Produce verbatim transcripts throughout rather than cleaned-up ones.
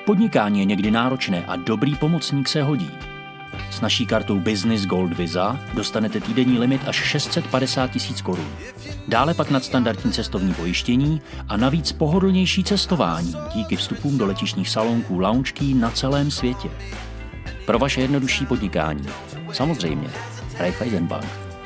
Podnikání je někdy náročné a dobrý pomocník se hodí. S naší kartou Business Gold Visa dostanete týdenní limit až šest set padesát tisíc korun. Dále pak nadstandardní cestovní pojištění a navíc pohodlnější cestování díky vstupům do letištních salonků Lounge Key na celém světě. Pro vaše jednodušší podnikání. Samozřejmě. Raiffeisenbank.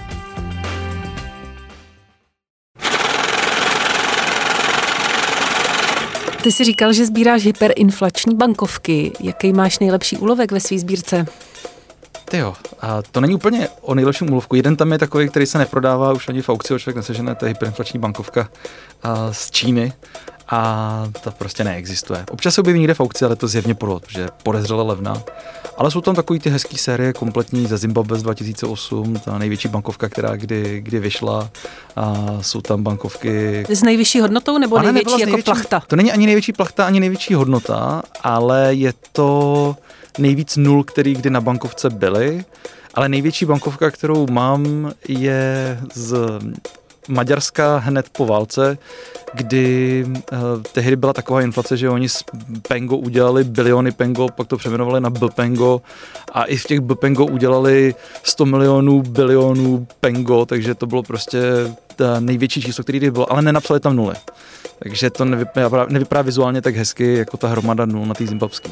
Ty jsi říkal, že sbíráš hyperinflační bankovky. Jaký máš nejlepší úlovek ve své sbírce? Tyjo, a to není úplně o nejlepším úlovku. Jeden tam je takový, který se neprodává už ani v aukci, ho člověk nesežene, to je hyperinflační bankovka a z Číny a to prostě neexistuje. Občas se objeví někde v aukci, ale to zjevně podvod, protože je podezřele levná. Ale jsou tam takový ty hezký série kompletní ze Zimbabwe z dva tisíce osm, ta největší bankovka, která kdy, kdy vyšla. A jsou tam bankovky... S nejvyšší hodnotou nebo ne, největší jako největší, plachta? To není ani největší plachta, ani největší hodnota, ale je to nejvíc nul, který kdy na bankovce byly. Ale největší bankovka, kterou mám, je z Maďarska hned po válce, kdy eh, tehdy byla taková inflace, že oni z pengo udělali biliony pengo, pak to přejmenovali na B-pengo a i v těch B-pengo udělali sto milionů bilionů pengo, takže to bylo prostě ta největší číslo, který kdy bylo, ale nenapsali tam nuly. Takže to nevypadá, nevypadá vizuálně tak hezky, jako ta hromada nul na té zimbabské.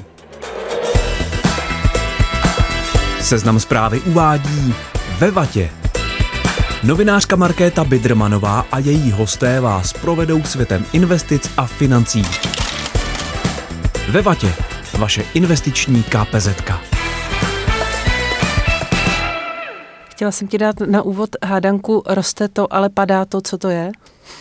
Seznam Zprávy uvádí Ve vatě. Novinářka Markéta Bidrmanová a její hosté vás provedou světem investic a financí. Ve vatě. Vaše investiční kápezetka. Chtěla jsem ti dát na úvod hádanku roste to, ale padá to, co to je?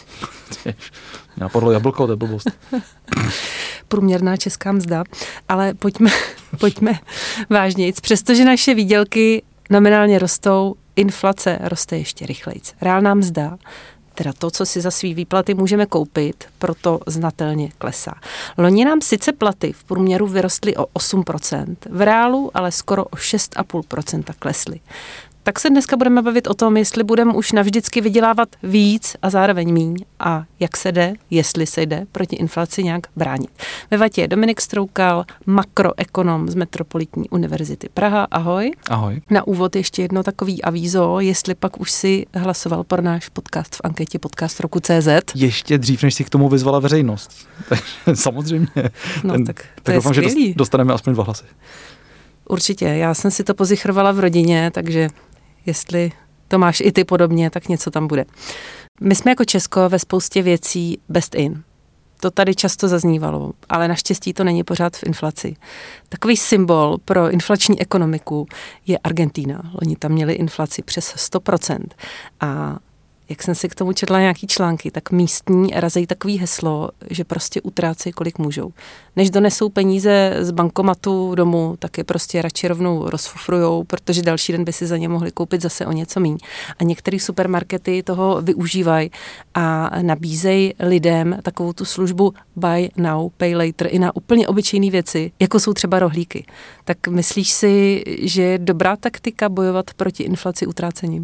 Napadlo jablko, to je blbost. Průměrná česká mzda, ale pojďme, pojďme vážnějc. Přestože naše výdělky nominálně rostou, inflace roste ještě rychlejc. Reálná mzda, teda to, co si za svý výplaty můžeme koupit, proto znatelně klesá. Loni nám sice platy v průměru vyrostly o osm procent, v reálu ale skoro o šest celá pět procenta klesly. Tak se dneska budeme bavit o tom, jestli budeme už navždycky vydělávat víc a zároveň míň a jak se jde, jestli se jde proti inflaci nějak bránit. Ve vatě je Dominik Stroukal, makroekonom z Metropolitní univerzity Praha. Ahoj. Ahoj. Na úvod ještě jedno takový avízo, jestli pak už si hlasoval pro náš podcast v anketě Podcast roku tečka cé zet. Ještě dřív, než si k tomu vyzvala veřejnost. Samozřejmě. No Ten, tak to tak je doufám, skvělý. Že dostaneme aspoň dva hlasy. Určitě, já jsem si to pozichrovala v rodině, takže jestli to máš i ty podobně, tak něco tam bude. My jsme jako Česko ve spoustě věcí best in. To tady často zaznívalo, ale naštěstí to není pořád v inflaci. Takový symbol pro inflační ekonomiku je Argentina. Oni tam měli inflaci přes sto procent a jak jsem si k tomu četla nějaký články, tak místní razejí takový heslo, že prostě utrácejí, kolik můžou. Než donesou peníze z bankomatu domů, tak je prostě radši rovnou rozfufrujou, protože další den by si za ně mohli koupit zase o něco míň. A některé supermarkety toho využívají a nabízejí lidem takovou tu službu buy now, pay later i na úplně obyčejné věci, jako jsou třeba rohlíky. Tak myslíš si, že je dobrá taktika bojovat proti inflaci utrácením?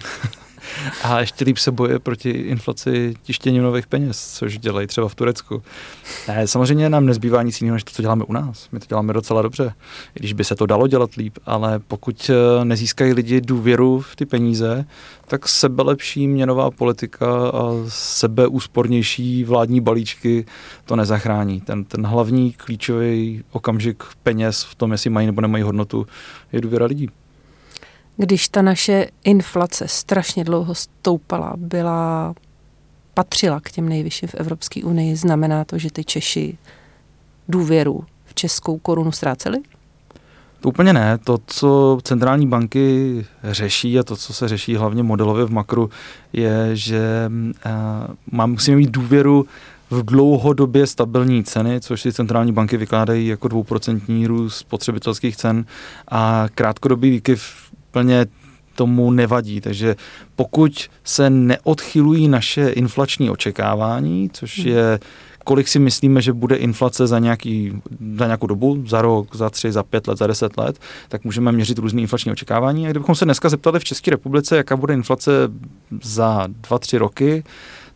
A ještě líp se boje proti inflaci tištěním nových peněz, což dělají třeba v Turecku. Ne, samozřejmě nám nezbývá nic jiného, než to, co děláme u nás. My to děláme docela dobře, i když by se to dalo dělat líp, ale pokud nezískají lidi důvěru v ty peníze, tak sebelepší měnová politika a sebeúspornější vládní balíčky to nezachrání. Ten, ten hlavní klíčový okamžik peněz v tom, jestli mají nebo nemají hodnotu, je důvěra lidí. Když ta naše inflace strašně dlouho stoupala, byla, patřila k těm nejvyšším v Evropské unii, znamená to, že ty Češi důvěru v českou korunu ztráceli? To úplně ne. To, co centrální banky řeší a to, co se řeší hlavně modelově v makru, je, že uh, musíme mít důvěru v dlouhodobě stabilní ceny, což si centrální banky vykládají jako dvouprocentní růst spotřebitelských cen a krátkodobý výkyv plně tomu nevadí. Takže pokud se neodchylují naše inflační očekávání, což je kolik si myslíme, že bude inflace za, nějaký, za nějakou dobu, za rok, za tři, za pět let, za deset let, tak můžeme měřit různý inflační očekávání. A kdybychom se dneska zeptali v České republice, jaká bude inflace za dva, tři roky,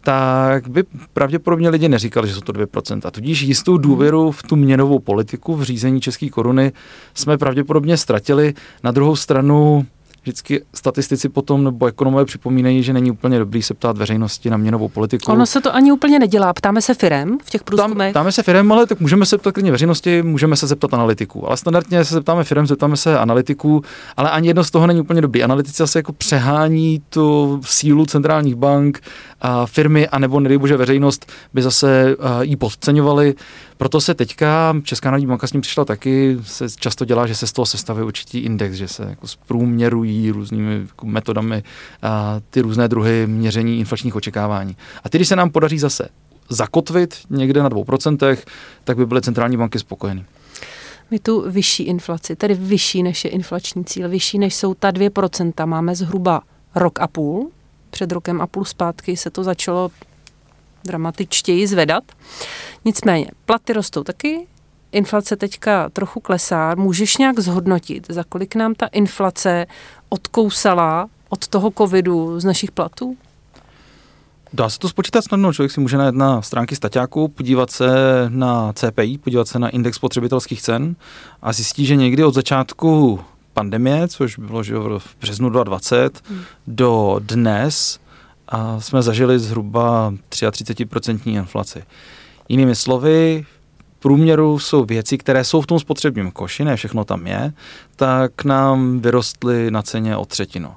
tak by pravděpodobně lidi neříkali, že jsou to dvě procenta. Tudíž jistou důvěru v tu měnovou politiku, v řízení české koruny jsme pravděpodobně ztratili. Na druhou stranu vždycky statistici potom nebo ekonomové připomínají, že není úplně dobrý se ptát veřejnosti na měnovou politiku. Ono se to ani úplně nedělá. Ptáme se firem v těch průzkumech? Ptáme se firem, ale tak můžeme se ptat klidně veřejnosti, můžeme se zeptat analytiků. Ale standardně se zeptáme firem, zeptáme se analytiků, ale ani jedno z toho není úplně dobrý. Analytici asi jako přehání tu sílu centrálních bank a firmy, anebo nedej bože veřejnost by zase jí podceňovali. Proto se teďka Česká národní banka s ním přišla taky, se často dělá, že se z toho sestavuje určitý index, že se jako zprůměrují různými jako metodami a ty různé druhy měření inflačních očekávání. A ty, když se nám podaří zase zakotvit někde na dvou procentech, tak by byly centrální banky spokojený. My tu vyšší inflaci, tedy vyšší než je inflační cíl, vyšší než jsou ta dvě procenta, máme zhruba rok a půl. Před rokem a půl zpátky se to začalo dramatičtěji zvedat. Nicméně, platy rostou taky, inflace teďka trochu klesá. Můžeš nějak zhodnotit, za kolik nám ta inflace odkousala od toho covidu z našich platů? Dá se to spočítat snadno. Člověk si může najít na stránky staťáku, podívat se na C P I, podívat se na index spotřebitelských cen a zjistí, že někdy od začátku pandemie, což bylo že v březnu dva tisíce dvacet, hmm. do dnes a jsme zažili zhruba třicet tři procent inflaci. Jinými slovy, v průměru jsou věci, které jsou v tom spotřebním koši, ne všechno tam je, tak nám vyrostly na ceně o třetinu.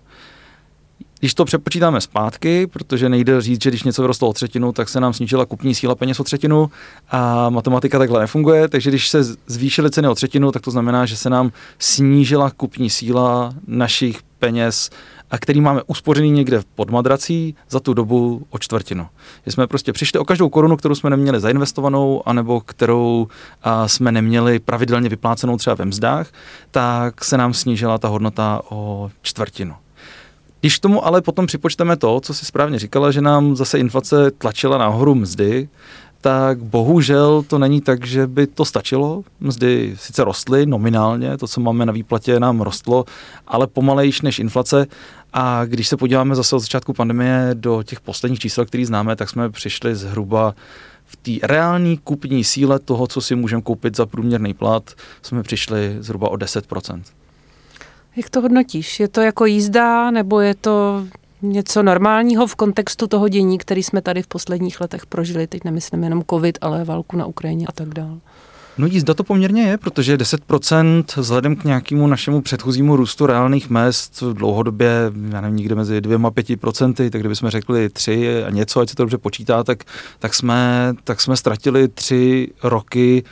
Když to přepočítáme zpátky, protože nejde říct, že když něco vyrostlo o třetinu, tak se nám snížila kupní síla peněz o třetinu a matematika takhle nefunguje, takže když se zvýšily ceny o třetinu, tak to znamená, že se nám snížila kupní síla našich peněz, a který máme uspořený někde pod madrací za tu dobu o čtvrtinu. Že jsme prostě přišli o každou korunu, kterou jsme neměli zainvestovanou, anebo kterou a, jsme neměli pravidelně vyplácenou třeba ve mzdách, tak se nám snížila ta hodnota o čtvrtinu. Když k tomu ale potom připočteme to, co si správně říkala, že nám zase inflace tlačila nahoru mzdy, tak bohužel to není tak, že by to stačilo. Mzdy sice rostly nominálně, to, co máme na výplatě, nám rostlo, ale pomalejš než inflace. A když se podíváme zase od začátku pandemie do těch posledních čísel, který známe, tak jsme přišli zhruba v té reální kupní síle toho, co si můžeme koupit za průměrný plat, jsme přišli zhruba o deset procent. Jak to hodnotíš? Je to jako jízda, nebo je to něco normálního v kontextu toho dění, který jsme tady v posledních letech prožili? Teď nemyslím jenom covid, ale válku na Ukrajině a tak dále. No jízda to poměrně je, protože deset procent vzhledem k nějakému našemu předchozímu růstu reálných mezd v dlouhodobě, já nevím, někde mezi dvěma a pěti procenty, tak kdybychom řekli tři a něco, ať se to dobře počítá, tak, tak, jsme, tak jsme ztratili tři roky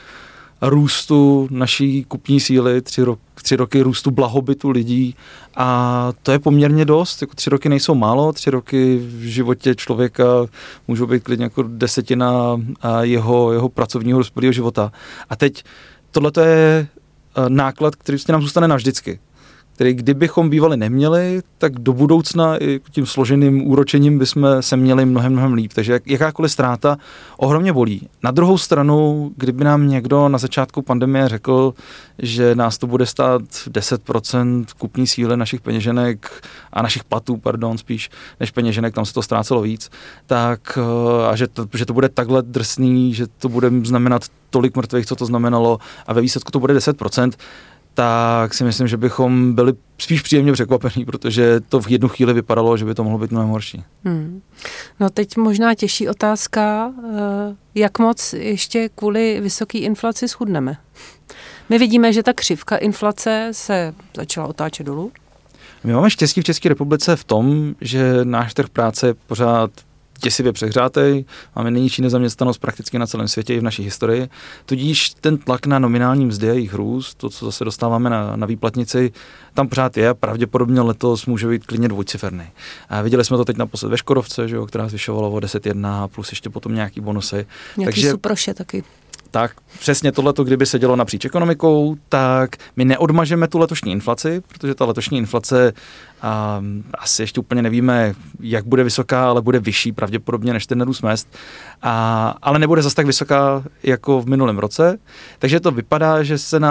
růstu naší kupní síly, tři, ro, tři roky růstu blahobytu lidí a to je poměrně dost, jako tři roky nejsou málo, tři roky v životě člověka můžou být klidně jako desetina jeho, jeho pracovního hospodářského života. A teď tohle je náklad, který nám zůstane navždycky. Který kdybychom bývali neměli, tak do budoucna i tím složeným úročením bychom se měli mnohem, mnohem líp. Takže jakákoliv ztráta ohromně bolí. Na druhou stranu, kdyby nám někdo na začátku pandemie řekl, že nás to bude stát deset procent kupní síly našich peněženek a našich platů, pardon, spíš než peněženek, tam se to ztrácelo víc, tak a že to, že to bude takhle drsný, že to bude znamenat tolik mrtvých, co to znamenalo a ve výsledku to bude deset procent, tak si myslím, že bychom byli spíš příjemně překvapení, protože to v jednu chvíli vypadalo, že by to mohlo být mnohem horší. Hmm. No teď možná těžší otázka, jak moc ještě kvůli vysoké inflaci schudneme. My vidíme, že ta křivka inflace se začala otáčet dolů. My máme štěstí v České republice v tom, že náš trh práce je pořád děsivě přehřátej, máme nejnižší nezaměstnanost prakticky na celém světě i v naší historii, tudíž ten tlak na nominální mzdy a jejich růst, to, co zase dostáváme na, na výplatnici, tam pořád je a pravděpodobně letos může být klidně dvojciferný. A viděli jsme to teď naposled ve Škodovce, že jo, která zvyšovala o deset jedna plus ještě potom nějaký bonusy. Nějaký Takže, suproše taky. Tak přesně tohleto, kdyby se dělo napříč ekonomikou, tak my neodmažeme tu letošní inflaci, protože ta letošní inflace a, asi ještě úplně nevíme, jak bude vysoká, ale bude vyšší pravděpodobně než ten růst mezd, a, ale nebude zas tak vysoká jako v minulém roce. Takže to vypadá, že se nám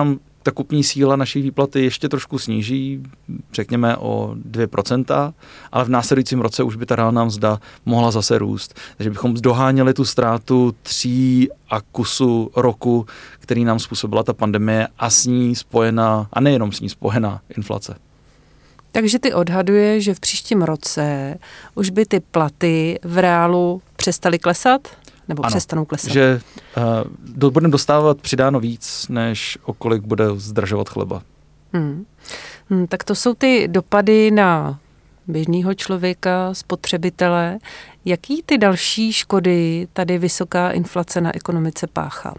ta kupní síla naší výplaty ještě trošku sníží, řekněme o dvě procenta, ale v následujícím roce už by ta reálná mzda mohla zase růst. Takže bychom doháněli tu ztrátu tří a kusu roku, který nám způsobila ta pandemie a s ní spojená, a nejenom s ní spojená inflace. Takže ty odhaduje, že v příštím roce už by ty platy v reálu přestaly klesat? Nebo ano, přestanou klesat? Že uh, budeme dostávat přidáno víc, než o kolik bude zdražovat chleba. Hmm. Hmm, tak to jsou ty dopady na běžného člověka, spotřebitele. Jaký ty další škody tady vysoká inflace na ekonomice páchá?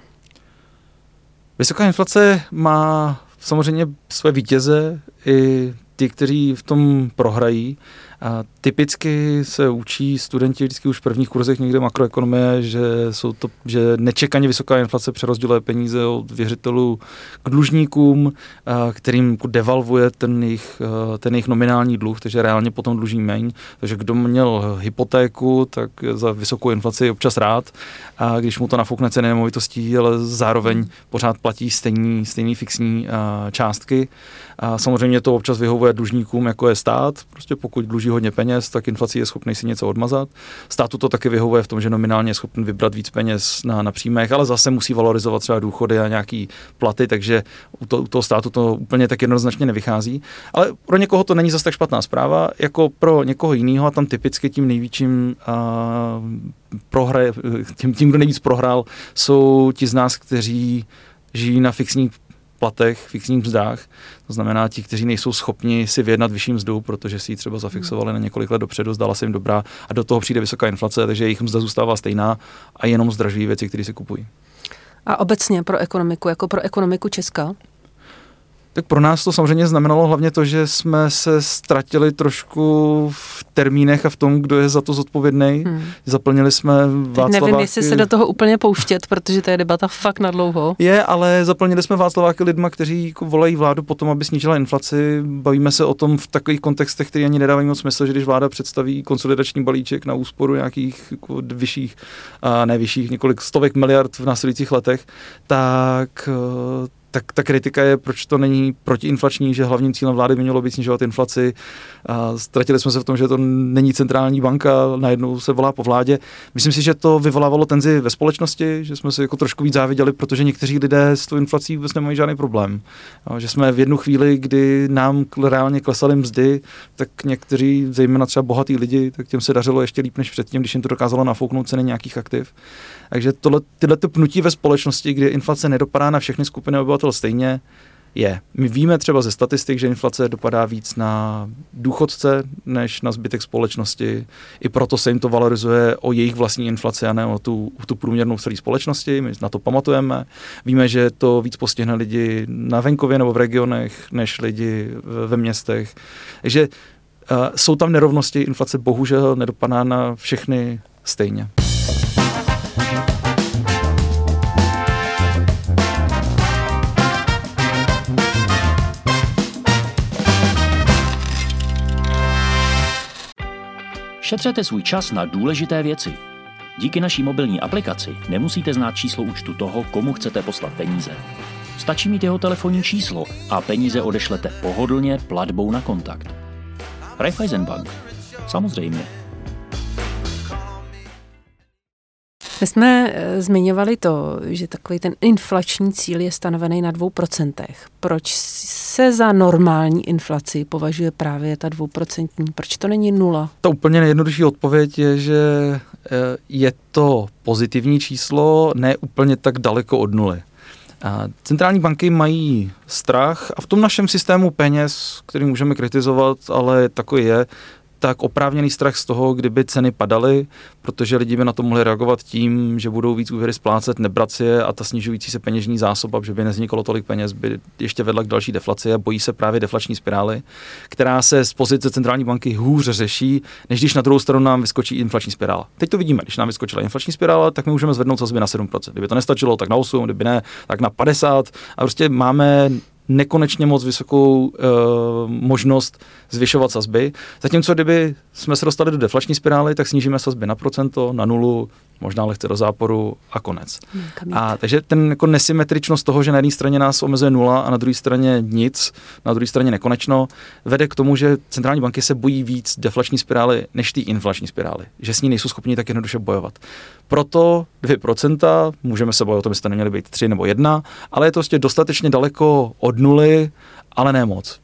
Vysoká inflace má samozřejmě své vítěze i ty, kteří v tom prohrají. A typicky se učí studenti vždycky už v prvních kurzech někde makroekonomie, že, jsou to, že nečekaně vysoká inflace přerozděluje peníze od věřitelů k dlužníkům, kterým devalvuje ten jejich, ten jejich nominální dluh, takže reálně potom dluží méně. Takže kdo měl hypotéku, tak za vysokou inflaci je občas rád, a když mu to nafoukne ceny nemovitostí, ale zároveň pořád platí stejný, stejný fixní částky. A samozřejmě to občas vyhovuje dlužníkům, jako je stát. Prostě pokud dluží hodně peněz, tak inflací je schopný si něco odmazat. Státu to taky vyhovuje v tom, že nominálně je schopný vybrat víc peněz na, na příjmech, ale zase musí valorizovat třeba důchody a nějaký platy, takže u, to, u toho státu to úplně tak jednoznačně nevychází. Ale pro někoho to není zase tak špatná zpráva, jako pro někoho jiného, a tam typicky tím největším a, prohraje, tím, tím, kdo nejvíc prohrál, jsou ti z nás, kteří žijí na fixních platech, fixních mzdách. To znamená ti, kteří nejsou schopni si vyjednat vyšší mzdu, protože si ji třeba zafixovali na několik let dopředu, zdala se jim dobrá a do toho přijde vysoká inflace, takže jejich mzda zůstává stejná a jenom zdražují věci, které si kupují. A obecně pro ekonomiku, jako pro ekonomiku Česka? Tak pro nás to samozřejmě znamenalo hlavně to, že jsme se ztratili trošku v termínech a v tom, kdo je za to zodpovědný. Hmm. Zaplnili jsme Václaváky. Nevím, jestli se do toho úplně pouštět, protože to je debata fakt na dlouho. Je, ale zaplnili jsme Václaváky lidma, kteří jako volají vládu potom, aby snížila inflaci. Bavíme se o tom v takových kontextech, které ani nedávají moc smysl, že když vláda představí konsolidační balíček na úsporu nějakých jako vyšších, a ne vyšších, několik stovek miliard v následujících letech, tak Tak ta kritika je, proč to není protiinflační, že hlavním cílem vlády by mělo být snižovat inflaci. A ztratili jsme se v tom, že to není centrální banka, najednou se volá po vládě. Myslím si, že to vyvolávalo tenzi ve společnosti, že jsme se jako trošku víc záviděli, protože někteří lidé s tou inflací vůbec nemají žádný problém. A že jsme v jednu chvíli, kdy nám reálně klesaly mzdy, tak někteří, zejména třeba bohatý lidi, tak těm se dařilo ještě líp než předtím, když jim to dokázalo nafouknout ceny nějakých aktiv. Takže tohle, tyhle pnutí ve společnosti, kdy inflace nedopadá na všechny skupiny obyvatel stejně, je. My víme třeba ze statistik, že inflace dopadá víc na důchodce než na zbytek společnosti. I proto se jim to valorizuje o jejich vlastní inflaci a ne o tu, o tu průměrnou v celé společnosti. My na to pamatujeme. Víme, že to víc postihne lidi na venkově nebo v regionech, než lidi ve městech. Takže uh, jsou tam nerovnosti. Inflace bohužel nedopadá na všechny stejně. Šetřete svůj čas na důležité věci. Díky naší mobilní aplikaci nemusíte znát číslo účtu toho, komu chcete poslat peníze. Stačí mít jeho telefonní číslo a peníze odešlete pohodlně platbou na kontakt. Raiffeisenbank. Samozřejmě. My jsme zmiňovali to, že takový ten inflační cíl je stanovený na dvou procentech. Proč se za normální inflaci považuje právě ta dvouprocentní? Proč to není nula? Ta úplně nejjednodušší odpověď je, že je to pozitivní číslo, ne úplně tak daleko od nuly. Centrální banky mají strach a v tom našem systému peněz, který můžeme kritizovat, ale takový je, tak oprávněný strach z toho, kdyby ceny padaly, protože lidi by na to mohli reagovat tím, že budou víc úvěry splácet, nebrat si je a ta snižující se peněžní zásoba, že by nevzniklo tolik peněz, by ještě vedla k další deflaci a bojí se právě deflační spirály, která se z pozice centrální banky hůř řeší, než když na druhou stranu nám vyskočí inflační spirála. Teď to vidíme, když nám vyskočila inflační spirála, tak my můžeme zvednout sazby na sedm procent. Kdyby to nestačilo, tak na osm, kdyby ne, tak na padesát a prostě máme nekonečně moc vysokou uh, možnost zvyšovat sazby. Zatímco kdyby jsme se dostali do deflační spirály, tak snížíme sazby na procento, na nulu, možná lehce do záporu a konec. A takže ten jako nesymetričnost toho, že na jedné straně nás omezuje nula a na druhé straně nic, na druhé straně nekonečno, vede k tomu, že centrální banky se bojí víc deflační spirály než té inflační spirály, že s ní nejsou schopni tak jednoduše bojovat. Proto dvě procenta, můžeme se bojovat, to byste neměli být tři nebo jedna, ale je to prostě dostatečně daleko od nuly, ale ne moc.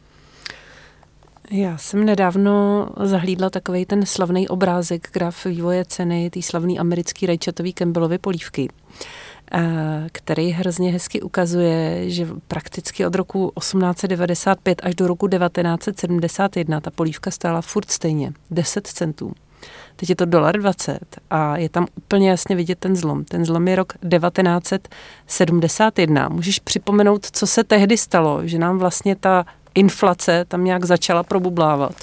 Já jsem nedávno zahlídla takovej ten slavný obrázek, graf vývoje ceny té slavné americké rajčatové Campbellovy polívky, který hrozně hezky ukazuje, že prakticky od roku osmnáct set devadesát pět až do roku devatenáct set sedmdesát jedna ta polívka stála furt stejně, deset centů. Teď je to dolar dvacet a je tam úplně jasně vidět ten zlom. Ten zlom je rok devatenáct set sedmdesát jedna. Můžeš připomenout, co se tehdy stalo, že nám vlastně ta inflace tam nějak začala probublávat?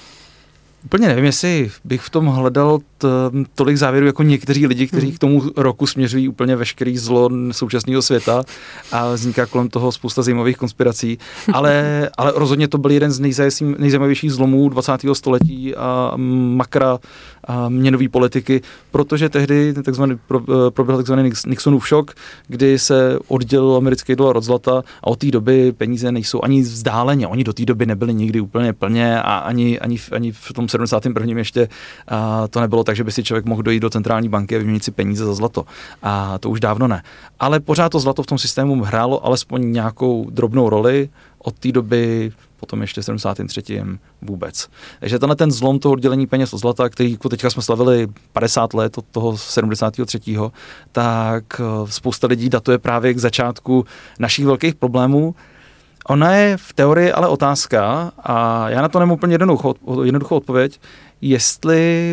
Úplně nevím, jestli bych v tom hledal t, tolik závěrů jako někteří lidi, kteří k tomu roku směřují úplně veškerý zlo současného světa a vzniká kolem toho spousta zajímavých konspirací, ale, ale rozhodně to byl jeden z nejzajímavějších zlomů dvacátého století a makra a měnové politiky, protože tehdy takzvaný, proběhl takzvaný Nixonův šok, kdy se oddělil americký dolar od zlata a od té doby peníze nejsou ani vzdáleně, oni do té doby nebyli nikdy úplně plně a ani, ani, ani v tom sedmdesátém prvním ještě a to nebylo tak, že by si člověk mohl dojít do centrální banky a vyměnit si peníze za zlato. A to už dávno ne. Ale pořád to zlato v tom systému hrálo alespoň nějakou drobnou roli od té doby, potom ještě v sedmdesátém třetím vůbec. Takže tenhle ten zlom toho oddělení peněz od zlata, který jako teďka jsme slavili padesát let od toho sedmdesátého třetího tak spousta lidí datuje právě k začátku našich velkých problémů. Ona je v teorii ale otázka a já na to nemám úplně jednoduchou, jednoduchou odpověď, jestli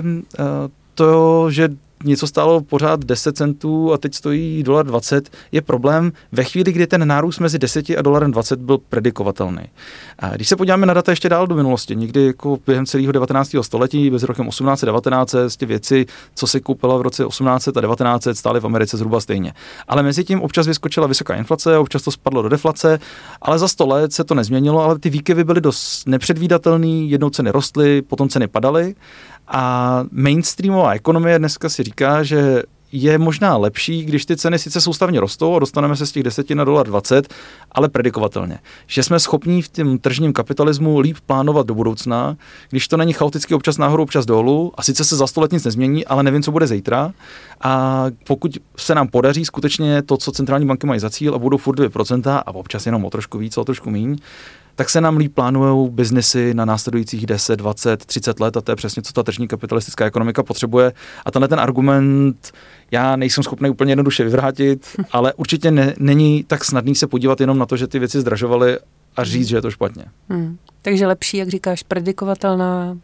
to, že něco stálo pořád deset centů a teď stojí dolar dvacet, je problém ve chvíli, kdy ten nárůst mezi deseti a dolarem dvacet byl predikovatelný. A když se podíváme na data ještě dál do minulosti, někdy jako během celého devatenáctého století, mezi rokem osmnáct set devatenáct z ty věci, co se koupila v roce osmnáct set a devatenáct set, stály v Americe zhruba stejně. Ale mezi tím občas vyskočila vysoká inflace, občas to spadlo do deflace, ale za sto let se to nezměnilo, ale ty výkyvy byly dost nepředvídatelný, jednou ceny rostly, potom ceny padaly. A mainstreamová ekonomie dneska si říká, že je možná lepší, když ty ceny sice soustavně rostou a dostaneme se z těch deseti na dolar dvacet, ale predikovatelně. Že jsme schopní v tom tržním kapitalismu líp plánovat do budoucna, když to není chaoticky občas nahoru, občas dolů a sice se za sto let nic nezmění, ale nevím, co bude zítra. A pokud se nám podaří skutečně to, co centrální banky mají za cíl a budou furt dvě procenta a občas jenom o trošku víc, o trošku míň, tak se nám líp plánujou biznesy na následujících deset, dvacet, třicet let a to je přesně, co ta tržní kapitalistická ekonomika potřebuje. A tenhle ten argument já nejsem schopný úplně jednoduše vyvrátit, ale určitě ne, není tak snadný se podívat jenom na to, že ty věci zdražovaly a říct, že je to špatně. Hmm. Takže lepší, jak říkáš, predikovatelná,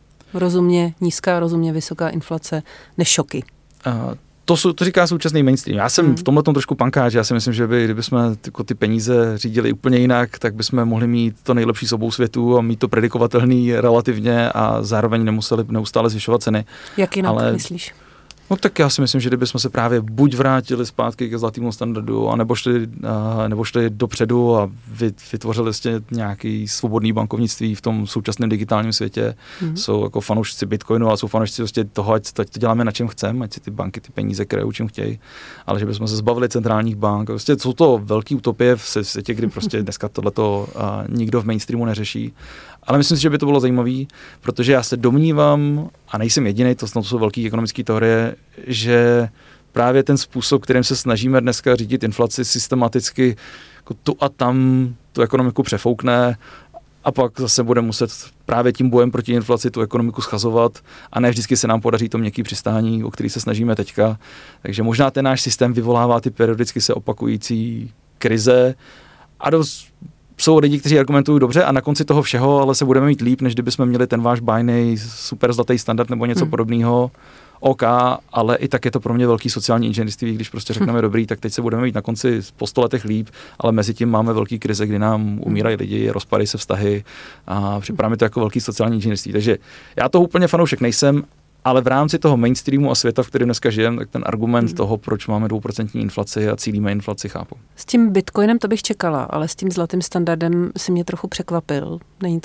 rozumně nízká, rozumně vysoká inflace, než šoky. Uh, To, jsou, to říká současný mainstream. Já jsem hmm. v tomhle tom trošku pankáč. Já si myslím, že by, kdybychom tyko, ty peníze řídili úplně jinak, tak bychom mohli mít to nejlepší z obou světů a mít to predikovatelný relativně a zároveň nemuseli neustále zvyšovat ceny. Jak jinak Ale, myslíš? No tak já si myslím, že kdybychom se právě buď vrátili zpátky ke zlatému standardu, anebo šli, a, nebo šli dopředu a vytvořili vlastně nějaký svobodný bankovnictví v tom současném digitálním světě. Mm-hmm. Jsou jako fanoušci Bitcoinu, ale jsou fanoušci vlastně toho, ať to, ať to děláme na čem chceme, ať si ty banky ty peníze kryjou, čím chtějí, ale že bychom se zbavili centrálních bank. Prostě jsou to velké utopie v světě, kdy prostě dneska tohleto a, nikdo v mainstreamu neřeší. Ale myslím si, že by to bylo zajímavé, protože já se domnívám, a nejsem jediný, to jsou velké ekonomické teorie, že právě ten způsob, kterým se snažíme dneska řídit inflaci systematicky, jako tu a tam tu ekonomiku přefoukne a pak zase bude muset právě tím bojem proti inflaci tu ekonomiku schazovat a ne vždycky se nám podaří to měkký přistání, o který se snažíme teďka. Takže možná ten náš systém vyvolává ty periodicky se opakující krize a dost jsou lidi, kteří argumentují dobře a na konci toho všeho, ale se budeme mít líp, než kdybychom měli ten váš bajný super zlatý standard nebo něco hmm. podobného. OK, ale i tak je to pro mě velký sociální inženýrství, když prostě řekneme hmm. dobrý, tak teď se budeme mít na konci po sto letech líp, ale mezi tím máme velký krize, kdy nám umírají lidi, rozpadají se vztahy a připadá mi to jako velký sociální inženýrství. Takže já toho úplně fanoušek nejsem, ale v rámci toho mainstreamu a světa, v kterém dneska žijeme, tak ten argument hmm. toho, proč máme dvouprocentní inflaci a cílíme inflaci, chápu. S tím Bitcoinem to bych čekala, ale s tím zlatým standardem si mě trochu překvapil. Není to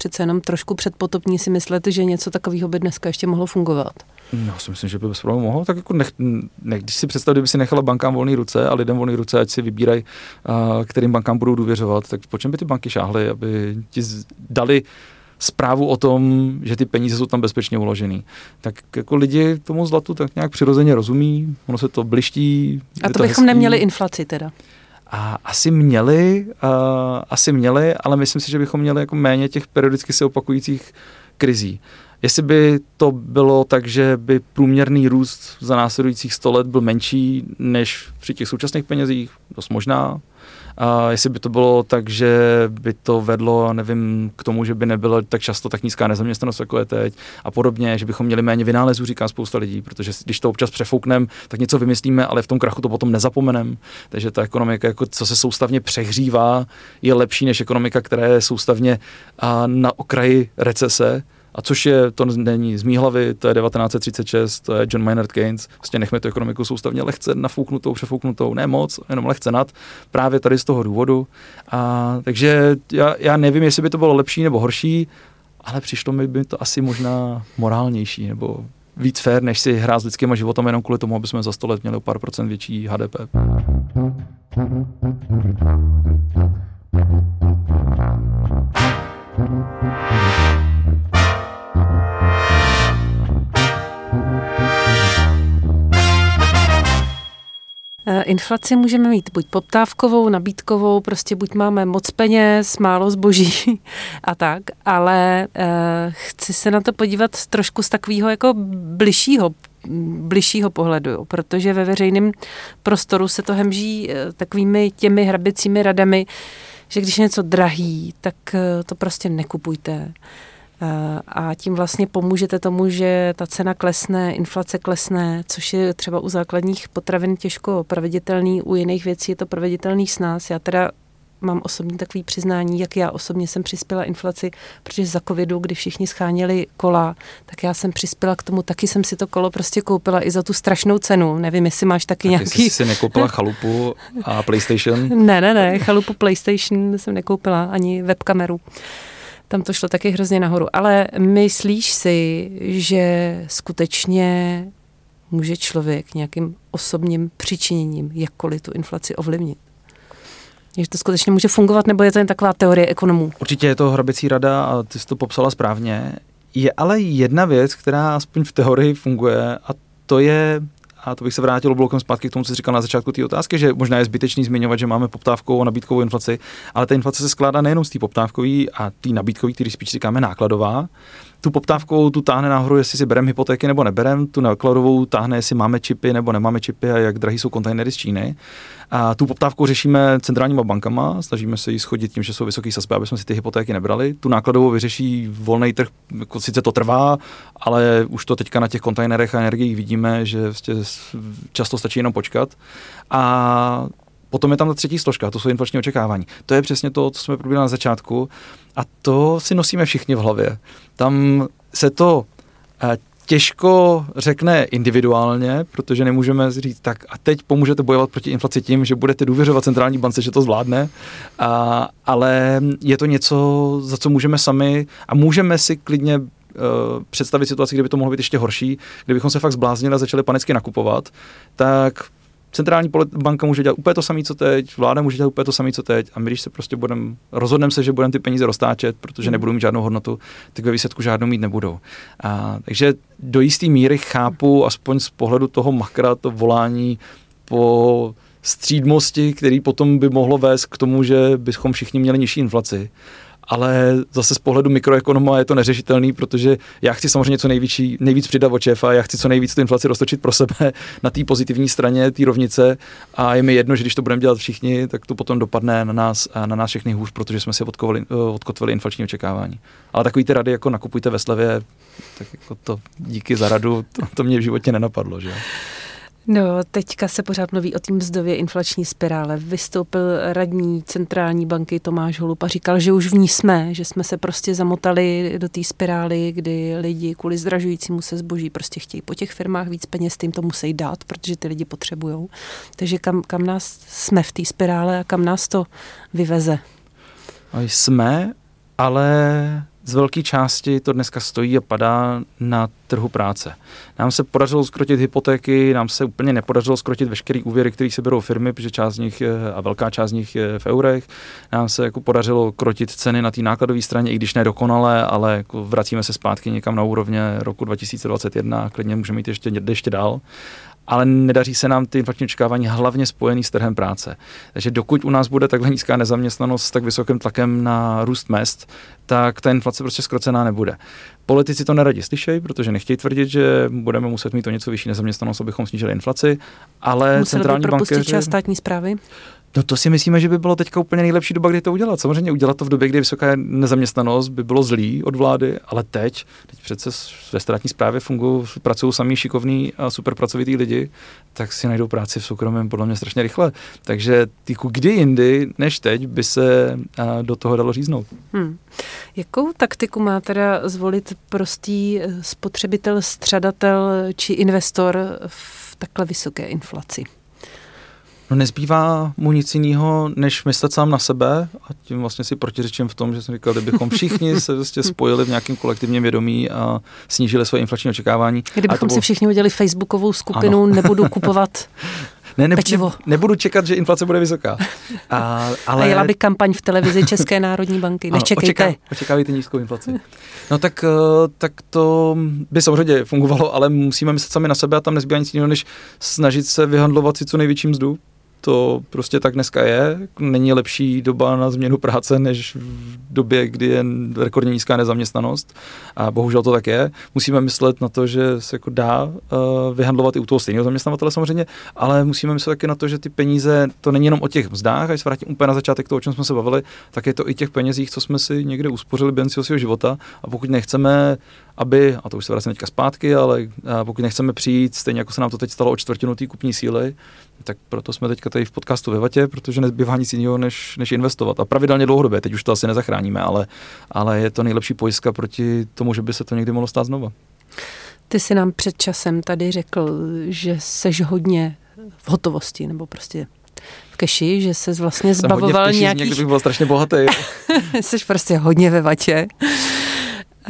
přece jenom trošku předpotopní si myslet, že něco takového by dneska ještě mohlo fungovat. No, si myslím, že by bez problémů mohlo. Tak jako nech, nech, když si představ, kdyby si nechala bankám volné ruce a lidem volné ruce, ať si vybírají, uh, kterým bankám budou důvěřovat, tak po čem by ty banky šáhly, aby ti dali zprávu o tom, že ty peníze jsou tam bezpečně uložený. Tak jako lidi tomu zlatu tak nějak přirozeně rozumí, ono se to bliští. A to bychom hezký. Neměli inflaci teda. A asi měli, uh, asi měli, ale myslím si, že bychom měli jako méně těch periodicky se opakujících krizí. Jestli by to bylo tak, že by průměrný růst za následujících sto let byl menší než při těch současných penězích, dost možná. A jestli by to bylo tak, že by to vedlo, nevím, k tomu, že by nebyla tak často tak nízká nezaměstnanost, jako je teď a podobně, že bychom měli méně vynálezů, říká spousta lidí, protože když to občas přefoukneme, tak něco vymyslíme, ale v tom krachu to potom nezapomeneme. Takže ta ekonomika, jako co se soustavně přehřívá, je lepší než ekonomika, která je soustavně na okraji recese. A což je, to není z mý hlavy, to je devatenáct set třicet šest, to je John Maynard Keynes, vlastně nechme tu ekonomiku soustavně lehce nafouknutou, přefouknutou, ne moc, jenom lehce nad, právě tady z toho důvodu. A, takže já, já nevím, jestli by to bylo lepší nebo horší, ale přišlo mi by to asi možná morálnější nebo víc fair, než si hrát s lidskýma životama jenom kvůli tomu, aby jsme za sto let měli o pár procent větší H D P. Inflaci můžeme mít buď poptávkovou, nabídkovou, prostě buď máme moc peněz, málo zboží a tak, ale uh, chci se na to podívat trošku z takového jako bližšího, bližšího pohledu, jo, protože ve veřejném prostoru se to hemží uh, takovými těmi hrabicími radami, že když je něco drahý, tak uh, to prostě nekupujte. A tím vlastně pomůžete tomu, že ta cena klesne, inflace klesne, což je třeba u základních potravin těžko proveditelný, u jiných věcí je to proveditelný s nás. Já teda mám osobní takový přiznání, jak já osobně jsem přispěla inflaci, protože za covidu, kdy všichni scháněli kola, tak já jsem přispěla k tomu, taky jsem si to kolo prostě koupila i za tu strašnou cenu. Nevím, jestli máš taky, taky nějaký... Jsi si nekoupila chalupu a PlayStation? Ne, ne, ne, chalupu PlayStation jsem nekoupila, ani webkameru. Tam to šlo taky hrozně nahoru. Ale myslíš si, že skutečně může člověk nějakým osobním přičiněním jakkoliv tu inflaci ovlivnit? Že to skutečně může fungovat, nebo je to jen taková teorie ekonomů? Určitě je to hrabicí rada a ty jsi to popsala správně. Je ale jedna věc, která aspoň v teorii funguje a to je... A to bych se vrátil blokem zpátky k tomu, co jsi říkal na začátku té otázky, že možná je zbytečný zmiňovat, že máme poptávkovou a nabídkovou inflaci, ale ta inflace se skládá nejenom z té poptávkové a té nabídkové, který spíš říkáme nákladová. Tu poptávkovou tu táhne nahoru, jestli si bereme hypotéky nebo nebereme, tu nákladovou táhne, jestli máme čipy nebo nemáme čipy a jak drahý jsou kontejnery z Číny. A tu poptávku řešíme centrálníma bankama, snažíme se jí schodit tím, že jsou vysoké sazby, aby jsme si ty hypotéky nebrali. Tu nákladovou vyřeší volný trh, jako sice to trvá, ale už to teďka na těch kontejnerech a energiích vidíme, že vlastně často stačí jenom počkat. A potom je tam ta třetí složka, to jsou inflační očekávání. To je přesně to, co jsme probírali na začátku a to si nosíme všichni v hlavě. Tam se to těžko řekne individuálně, protože nemůžeme říct, tak a teď pomůžete bojovat proti inflaci tím, že budete důvěřovat centrální bance, že to zvládne, a, ale je to něco, za co můžeme sami a můžeme si klidně uh, představit situaci, kdyby to mohlo být ještě horší, kdybychom se fakt zbláznili a začali panicky nakupovat, tak centrální banka může dělat úplně to samé, co teď, vláda může dělat úplně to samé, co teď a my, když se prostě budeme, rozhodneme se, že budeme ty peníze roztáčet, protože nebudou mít žádnou hodnotu, tak ve výsledku žádnou mít nebudou. A, takže do jisté míry chápu, aspoň z pohledu toho makra, to volání po střídmosti, který potom by mohlo vést k tomu, že bychom všichni měli nižší inflaci. Ale zase z pohledu mikroekonoma je to neřešitelný, protože já chci samozřejmě co nejvíc, nejvíc přidat od šéfa, já chci co nejvíc tu inflaci roztočit pro sebe na té pozitivní straně té rovnice a je mi jedno, že když to budeme dělat všichni, tak to potom dopadne na nás a na nás všechny hůř, protože jsme si odkovali, odkotvili inflační očekávání. Ale takový ty rady, jako nakupujte ve slevě, tak jako to díky za radu, to, to mě v životě nenapadlo, že jo. No, teďka se pořád mluví o té mzdově inflační spirále. Vystoupil radní centrální banky Tomáš Holub a říkal, že už v ní jsme, že jsme se prostě zamotali do té spirály, kdy lidi kvůli zdražujícímu se zboží prostě chtějí po těch firmách víc peněz, tím to musí dát, protože ty lidi potřebujou. Takže kam, kam nás jsme v té spirále a kam nás to vyveze? A jsme, ale z velké části to dneska stojí a padá na trhu práce. Nám se podařilo skrotit hypotéky, nám se úplně nepodařilo skrotit veškerý úvěry, které se berou firmy, protože část z nich je, a velká část z nich je v eurech. Nám se jako podařilo krotit ceny na té nákladové straně, i když ne dokonale, ale jako vracíme se zpátky někam na úrovně roku dva tisíce dvacet jedna a klidně můžeme jít ještě, ještě dál. Ale nedaří se nám ty inflační očekávání hlavně spojený s trhem práce. Takže dokud u nás bude takhle nízká nezaměstnanost s tak vysokým tlakem na růst mezd, tak ta inflace prostě zkrocená nebude. Politici to neradi slyšejí, protože nechtějí tvrdit, že budeme muset mít o něco vyšší nezaměstnanost, abychom snížili inflaci, ale museli centrální by propustit bankéři... část státní správy? No to si myslíme, že by bylo teďka úplně nejlepší doba, kdy to udělat. Samozřejmě udělat to v době, kdy je vysoká nezaměstnanost, by bylo zlý od vlády, ale teď, teď přece ve státní správě fungují, pracují sami šikovní a super pracovitý lidi, tak si najdou práci v soukromém podle mě strašně rychle. Takže tyku kdy jindy, než teď, by se do toho dalo říznout. Hmm. Jakou taktiku má teda zvolit prostý spotřebitel, střadatel či investor v takhle vysoké inflaci? No nezbývá mu nic jiného, než myslet sám na sebe a tím vlastně si protiřečím v tom, že jsem říkal, kdybychom všichni se vlastně spojili v nějakém kolektivním vědomí a snížili své inflační očekávání. Kdybychom bylo... si všichni udělali facebookovou skupinu, ano. Nebudu kupovat ne, ne, pečivo. Ne, nebudu čekat, že inflace bude vysoká. A, ale... a jela by kampaň v televizi České národní banky. Nečekejte. Ano, očeká, očekávejte nízkou inflaci. No tak, tak to by samozřejmě fungovalo, ale musíme myslet sami na sebe a tam nezbývá nic jiného, než snažit se vyhandlovat si co největší mzdu. To prostě tak dneska je. Není lepší doba na změnu práce, než v době, kdy je rekordně nízká nezaměstnanost. A bohužel to tak je. Musíme myslet na to, že se jako dá uh, vyhandlovat i u toho stejného zaměstnavatele samozřejmě, ale musíme myslet taky na to, že ty peníze, to není jenom o těch mzdách, až se vrátím úplně na začátek toho, o čem jsme se bavili, tak je to i těch penězích, co jsme si někde uspořili během svého života. A pokud nechceme, aby, a to už se vracím teďka zpátky, ale pokud nechceme přijít, stejně jako se nám to teď stalo o čtvrtinu té kupní síly, tak proto jsme teďka tady v podcastu ve Vatě, protože nezbývá nic jiného, než, než investovat. A pravidelně dlouhodobě, teď už to asi nezachráníme, ale, ale je to nejlepší pojistka proti tomu, že by se to někdy mohlo stát znova. Ty jsi nám před časem tady řekl, že seš hodně v hotovosti, nebo prostě v keši, že ses vlastně zbavoval keši, nějakých... Někdy bych byl strašně bohatý. Jsi prostě hodně ve Vatě. Uh,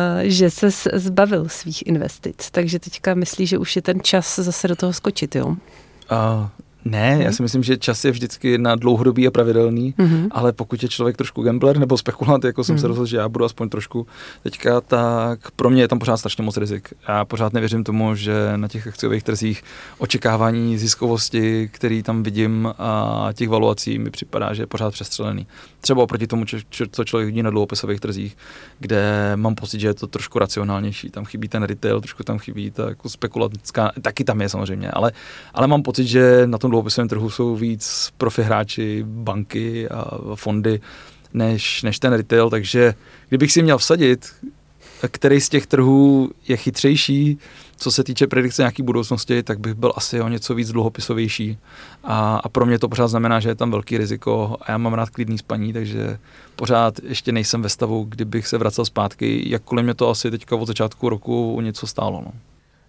že se zbavil svých investic. Takže teďka myslí, že už je ten čas zase do toho skočit, jo? Uh, ne, hmm. já si myslím, že čas je vždycky na dlouhodobý a pravidelný, hmm. ale pokud je člověk trošku gambler nebo spekulant, jako jsem hmm. se rozhodl, že já budu aspoň trošku teďka, tak pro mě je tam pořád strašně moc rizik. Já pořád nevěřím tomu, že na těch akciových trzích očekávání ziskovosti, který tam vidím a těch valuací mi připadá, že je pořád přestřelený. Třeba oproti tomu, co člověk vidí na dluhopisových trzích, kde mám pocit, že je to trošku racionálnější. Tam chybí ten retail, trošku tam chybí ta jako spekulatická, taky tam je samozřejmě, ale, ale mám pocit, že na tom dluhopisovém trhu jsou víc profi hráči, banky a fondy, než, než ten retail, takže kdybych si měl vsadit, který z těch trhů je chytřejší, co se týče predikce nějaký budoucnosti, tak bych byl asi o něco víc dluhopisovější. A, a pro mě to pořád znamená, že je tam velký riziko a já mám rád klidný spaní, takže pořád ještě nejsem ve stavu, kdybych se vracel zpátky, jakkoliv mě to asi teďka od začátku roku o něco stálo. No.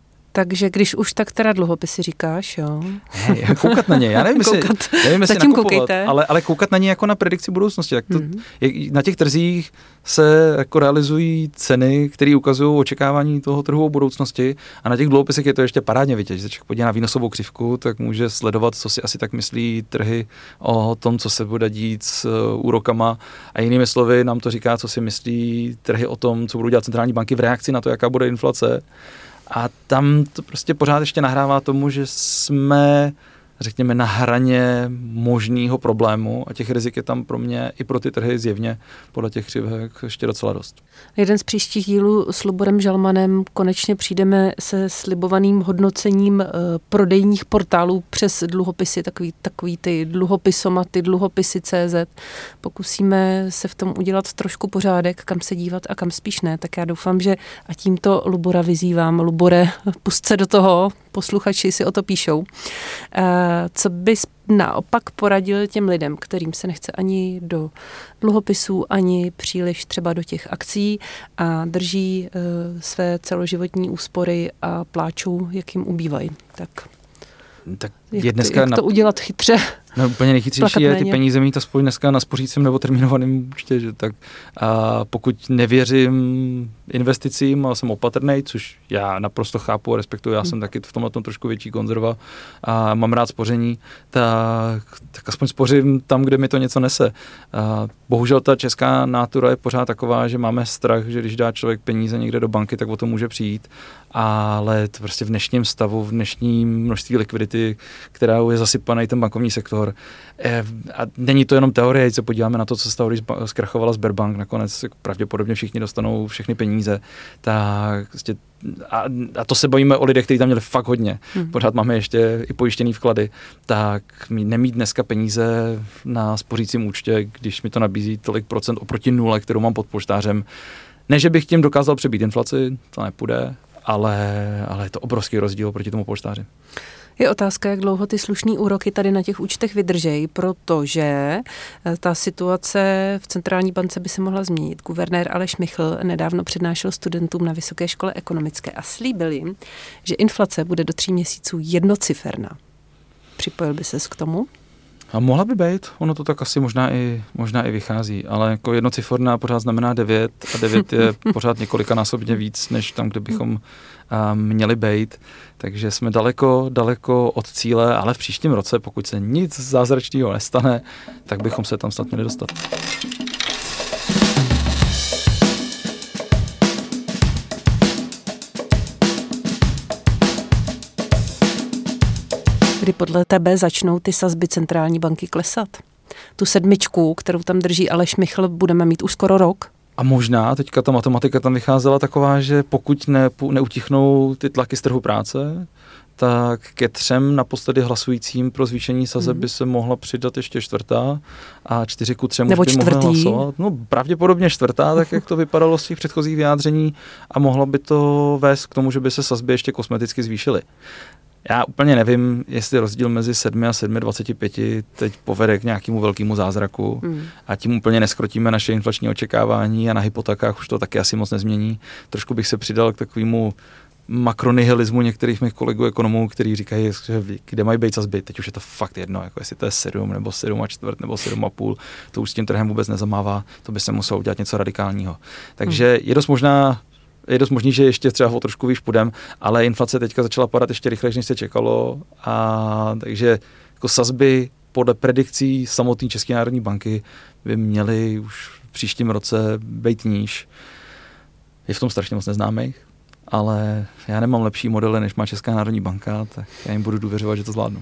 Takže když už tak teda dluhopisy říkáš, jo? Ne, koukat na ně, já nevím, jestli, nevím, jestli nakupovat, ale, ale koukat na ně jako na predikci budoucnosti. Jak to, mm-hmm. jak, na těch trzích se jako realizují ceny, které ukazují očekávání toho trhu o budoucnosti a na těch dluhopisech je to ještě parádně vidět. Když se člověk podívá na výnosovou křivku, tak může sledovat, co si asi tak myslí trhy o tom, co se bude dít s uh, úrokama a jinými slovy nám to říká, co si myslí trhy o tom, co budou dělat centrální banky v reakci na to, jaká bude inflace. A tam to prostě pořád ještě nahrává tomu, že jsme, řekněme, na hraně možného problému a těch rizik je tam pro mě i pro ty trhy zjevně podle těch křivek ještě docela dost. Jeden z příštích dílů s Luborem Žalmanem konečně přijdeme se slibovaným hodnocením e, prodejních portálů přes dluhopisy, takový, takový ty dluhopisomaty, dluhopisy tečka cé zet. Pokusíme se v tom udělat trošku pořádek, kam se dívat a kam spíš ne. Tak já doufám, že a tímto Lubora vyzývám. Lubore, pust se do toho, posluchači si o to píšou. E, co bys naopak poradil těm lidem, kterým se nechce ani do dluhopisů, ani příliš třeba do těch akcí a drží e, své celoživotní úspory a pláčou, jak jim ubývají. Tak. tak Jak, je dneska jak to na... udělat chytře? No, úplně nejchytřejší je ty peníze mít aspoň dneska na spořícím nebo termínovaném účtě, že tak a pokud nevěřím investicím a jsem opatrnej, což já naprosto chápu a respektuju, já hmm. jsem taky v tomhle tom trošku větší konzerva a mám rád spoření, tak, tak aspoň spořím tam, kde mi to něco nese. A bohužel ta česká nátura je pořád taková, že máme strach, že když dá člověk peníze někde do banky, tak o to může přijít, ale to prostě v dnešním stavu, v dnešním množství likvidity, která je zasypaný ten bankovní sektor. A není to jenom teorie, když se podíváme na to, co se stalo, když zkrachovala Sberbank, nakonec pravděpodobně všichni dostanou všechny peníze, tak prostě a, a to se bavíme o lidech, kteří tam měli fakt hodně. Hmm. Pořád máme ještě i pojištěný vklady, tak nemít dneska peníze na spořícím účtě, když mi to nabízí tolik procent oproti nule, kterou mám pod polštářem. Ne, že bych tím dokázal přebít inflaci, to nepůjde, ale, ale je to obrovský rozdíl proti tomu polštáři. Je otázka, jak dlouho ty slušný úroky tady na těch účtech vydržejí, protože ta situace v centrální bance by se mohla změnit. Guvernér Aleš Michl nedávno přednášel studentům na Vysoké škole ekonomické a slíbil jim, že inflace bude do tří měsíců jednociferná. Připojil by ses k tomu? A mohla by být, ono to tak asi možná i, možná i vychází, ale jako jednociferná pořád znamená devět a devět je pořád několikanásobně víc, než tam, kde bychom a, měli být. Takže jsme daleko, daleko od cíle, ale v příštím roce, pokud se nic zázračného nestane, tak bychom se tam snad měli dostat. Kdy podle tebe začnou ty sazby centrální banky klesat? Tu sedmičku, kterou tam drží Aleš Michl, budeme mít už skoro rok. A možná, teďka ta matematika tam vycházela taková, že pokud ne, neutichnou ty tlaky z trhu práce, tak ke třem naposledy hlasujícím pro zvýšení sazeb by se mohla přidat ještě čtvrtá a čtyři ku třem Nebo už by mohla hlasovat. No pravděpodobně čtvrtá, tak jak to vypadalo z těch předchozích vyjádření a mohlo by to vést k tomu, že by se sazby ještě kosmeticky zvýšily. Já úplně nevím, jestli rozdíl mezi sedmi a sedmi dvaceti pěti teď povede k nějakému velkému zázraku hmm. a tím úplně neskrotíme naše inflační očekávání a na hypotékách už to taky asi moc nezmění. Trošku bych se přidal k takovému makronihilismu některých mých kolegů ekonomů, kteří říkají, že kde mají být sazby, teď už je to fakt jedno, jako jestli to je sedm nebo sedm a čtvrt nebo sedm a půl, to už s tím trhem vůbec nezamává, to by se muselo udělat něco radikálního. Takže hmm. je dost možná Je dost možný, že ještě třeba o trošku výš půjdem, ale inflace teďka začala padat ještě rychleji, než se čekalo. A takže jako sazby podle predikcí samotné České národní banky by měly už v příštím roce být níž. Je v tom strašně moc neznámých, ale já nemám lepší modely, než má Česká národní banka, tak já jim budu důvěřovat, že to zvládnu.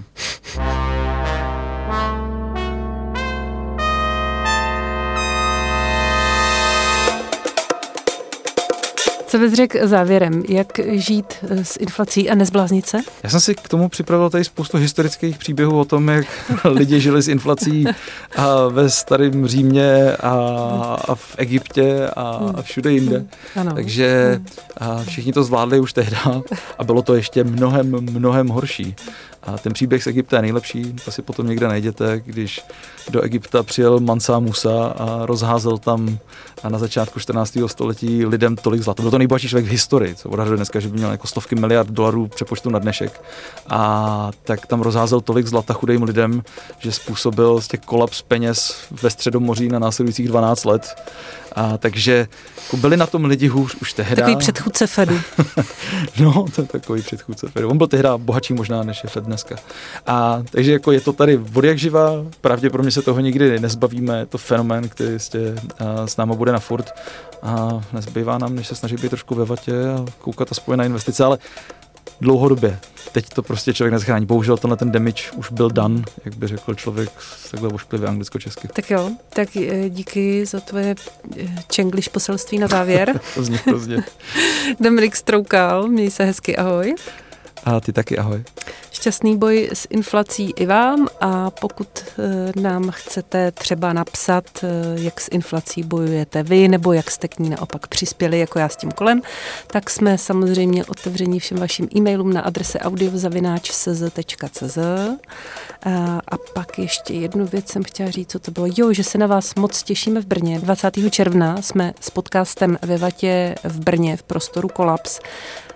Co bys řekl závěrem, jak žít s inflací a nezbláznit se? Já jsem si k tomu připravil tady spoustu historických příběhů o tom, jak lidi žili s inflací a ve starém Římě a, a v Egyptě a, a všude jinde. Ano. Takže a všichni to zvládli už tehdy a bylo to ještě mnohem, mnohem horší. A ten příběh z Egypta je nejlepší, to si potom někde najděte, když do Egypta přijel Mansa Musa a rozházel tam a na začátku čtrnáctého století lidem tolik zlata. Byl to nejbohatší člověk v historii, co odhaduje dneska, že by měl jako stovky miliard dolarů přepočtu na dnešek. A tak tam rozházel tolik zlata chudým lidem, že způsobil z těch kolaps peněz ve Středomoří na následujících dvanáct let. A takže jako byli na tom lidi hůř už tehdy. Takový předchůdce Fedu. No, to je takový předchůdce Fedu. On byl tehdy bohatší možná, než je Fed dneska. A takže jako je to tady od jak živa, pravděpodobně se toho nikdy nezbavíme, je to fenomén, který jistě s náma bude na furt a nezbývá nám, než se snaží být trošku ve vatě a koukat aspoň na investice, ale dlouhodobě. Teď to prostě člověk nezachrání. Bohužel tenhle ten damage už byl done, jak by řekl člověk takhle ošklivě anglicko-česky. Tak jo, tak díky za tvoje čengliš poselství na závěr. To zní hrozně. Dominik Stroukal, měj se hezky, ahoj. A ty taky ahoj. Šťastný boj s inflací i vám a pokud e, nám chcete třeba napsat, e, jak s inflací bojujete vy, nebo jak jste k ní naopak přispěli, jako já s tím kolem, tak jsme samozřejmě otevření všem vašim e-mailům na adrese audio zavináč c z tečka c z. A, a pak ještě jednu věc jsem chtěla říct, co to bylo. Jo, že se na vás moc těšíme v Brně. dvacátého června jsme s podcastem Ve vatě v Brně v prostoru Kolaps.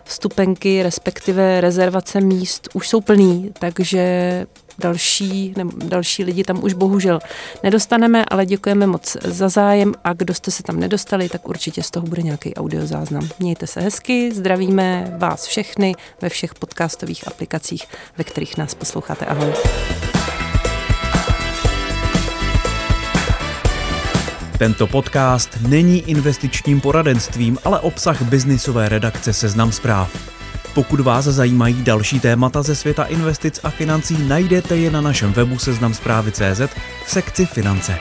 vstupenky, respektive rezervace míst už jsou plný, takže další, ne, další lidi tam už bohužel nedostaneme, ale děkujeme moc za zájem a kdo jste se tam nedostali, tak určitě z toho bude nějaký audiozáznam. Mějte se hezky, zdravíme vás všechny ve všech podcastových aplikacích, ve kterých nás posloucháte. Ahoj. Tento podcast není investičním poradenstvím, ale obsah biznisové redakce Seznam Zpráv. Pokud vás zajímají další témata ze světa investic a financí, najdete je na našem webu seznam zprávy tečka cé zet v sekci Finance.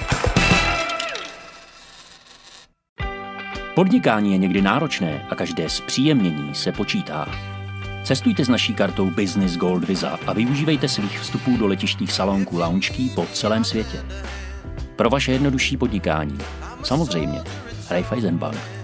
Podnikání je někdy náročné a každé zpříjemnění se počítá. Cestujte s naší kartou Business Gold Visa a využívejte svých vstupů do letištních salonků Lounge po celém světě. Pro vaše jednodušší podnikání. Samozřejmě Raiffeisen Bank.